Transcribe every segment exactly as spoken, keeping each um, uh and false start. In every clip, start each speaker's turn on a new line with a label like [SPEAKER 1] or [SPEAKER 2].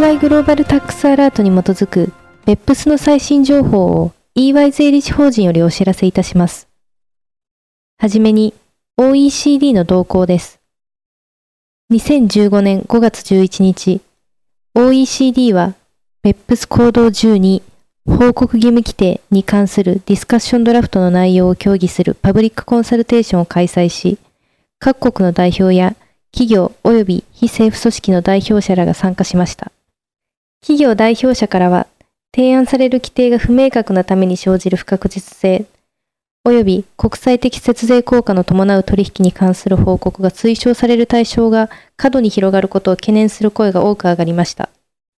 [SPEAKER 1] イーワイ グローバルタックスアラートに基づく ベップス の最新情報を イーワイ 税理士法人よりお知らせいたします。はじめに オーイーシーディー の動向です。にせんじゅうごねんごがつじゅういちにち、オーイーシーディー は ベップス 行動じゅうに報告義務規定に関するディスカッションドラフトの内容を協議するパブリックコンサルテーションを開催し、各国の代表や企業及び非政府組織の代表者らが参加しました。企業代表者からは、提案される規定が不明確なために生じる不確実性、及び国際的節税効果の伴う取引に関する報告が推奨される対象が過度に広がることを懸念する声が多く上がりました。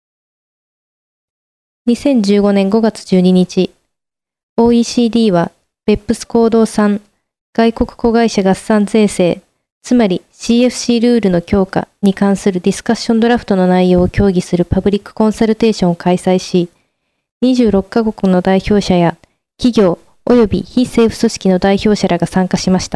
[SPEAKER 1] にせんじゅうごねんごがつじゅうににち、オーイーシーディー は ベップス 行動さん、外国子会社合算税制、つまり シーエフシー ルールの強化に関するディスカッションドラフトの内容を協議するパブリックコンサルテーションを開催し、にじゅうろっかこくの代表者や企業及び非政府組織の代表者らが参加しました。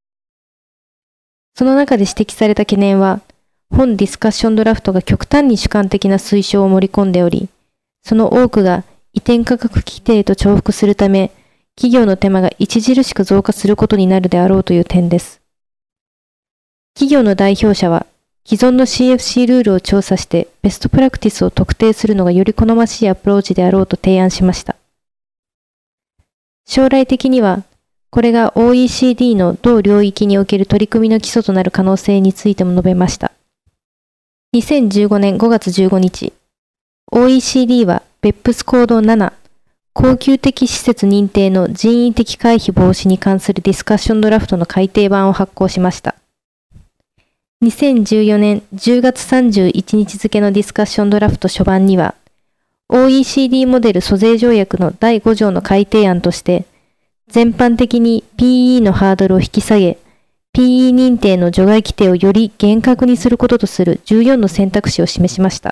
[SPEAKER 1] その中で指摘された懸念は、本ディスカッションドラフトが極端に主観的な推奨を盛り込んでおり、その多くが移転価格規定と重複するため、企業の手間が著しく増加することになるであろうという点です。企業の代表者は、既存の シーエフシー ルールを調査してベストプラクティスを特定するのがより好ましいアプローチであろうと提案しました。将来的には、これが オーイーシーディー の同領域における取り組みの基礎となる可能性についても述べました。にせんじゅうごねんごがつじゅうごにち、オーイーシーディー は ベップス 行動なな、恒久的施設認定の人為的回避防止に関するディスカッションドラフトの改訂版を発行しました。にせんじゅうよねんじゅうがつさんじゅういちにち付のディスカッションドラフト初版には、オーイーシーディー モデル租税条約のだいごじょうの改訂案として、全般的に ピーイー のハードルを引き下げ、ピーイー 認定の除外規定をより厳格にすることとするじゅうよんの選択肢を示しました。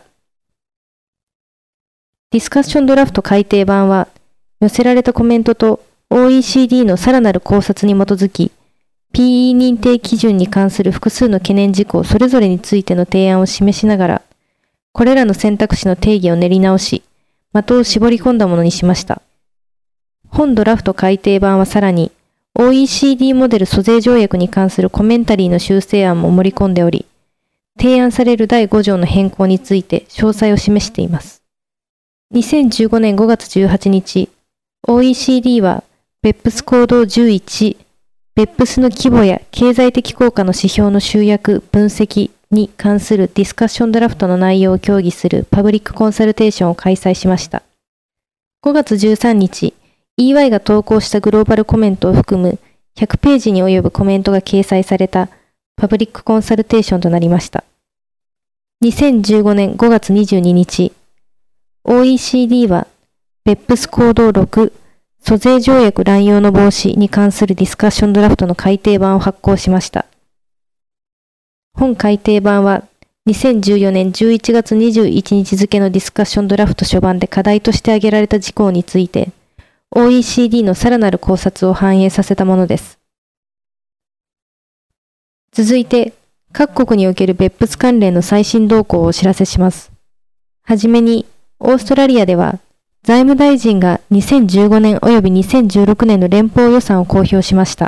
[SPEAKER 1] ディスカッションドラフト改訂版は、寄せられたコメントと オーイーシーディー のさらなる考察に基づき、ピーイー 認定基準に関する複数の懸念事項それぞれについての提案を示しながら、これらの選択肢の定義を練り直し、的を絞り込んだものにしました。本ドラフト改訂版はさらに、オーイーシーディー モデル租税条約に関するコメンタリーの修正案も盛り込んでおり、提案されるだいごじょうの変更について詳細を示しています。にせんじゅうごねんごがつじゅうはちにち、オーイーシーディー は ベップス 行動じゅういち、ベップス の規模や経済的効果の指標の集約・分析に関するディスカッションドラフトの内容を協議するパブリックコンサルテーションを開催しました。ごがつじゅうさんにち、イーワイ が投稿したグローバルコメントを含むひゃくページに及ぶコメントが掲載されたパブリックコンサルテーションとなりました。にせんじゅうごねんごがつにじゅうににち、オーイーシーディー は ベップス 行動ろく、租税条約乱用の防止に関するディスカッションドラフトの改訂版を発行しました。本改訂版はにせんじゅうよねんじゅういちがつにじゅういちにち付のディスカッションドラフト初版で課題として挙げられた事項について、オーイーシーディー のさらなる考察を反映させたものです。続いて、各国におけるベップス関連の最新動向をお知らせします。はじめに、オーストラリアでは、財務大臣がにせんじゅうごねん及びにせんじゅうろくねんの連邦予算を公表しました。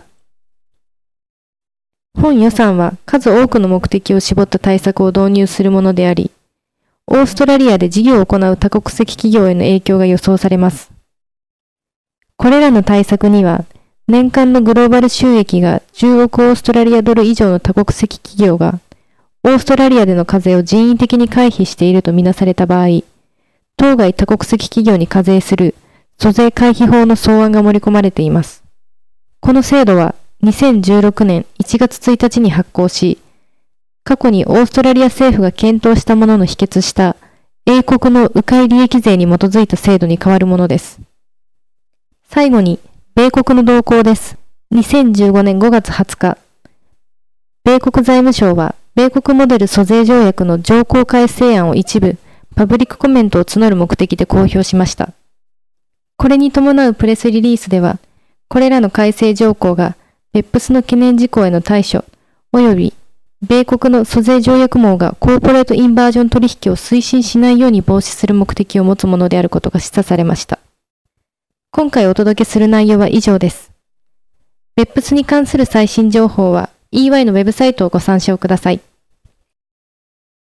[SPEAKER 1] 本予算は数多くの目的を絞った対策を導入するものであり、オーストラリアで事業を行う多国籍企業への影響が予想されます。これらの対策には、年間のグローバル収益がじゅうおくオーストラリアドル以上の多国籍企業が、オーストラリアでの課税を人為的に回避しているとみなされた場合、当該多国籍企業に課税する租税回避法の草案が盛り込まれています。この制度はにせんじゅうろくねんいちがつついたちに発効し、過去にオーストラリア政府が検討したものの否決した英国の迂回利益税に基づいた制度に変わるものです。最後に、米国の動向です。にせんじゅうごねんごがつはつか、米国財務省は米国モデル租税条約の条項改正案を一部、パブリックコメントを募る目的で公表しました。これに伴うプレスリリースでは、これらの改正条項が、ベップス の懸念事項への対処、及び米国の租税条約網がコーポレートインバージョン取引を推進しないように防止する目的を持つものであることが示唆されました。今回お届けする内容は以上です。ベップス に関する最新情報は イーワイ のウェブサイトをご参照ください。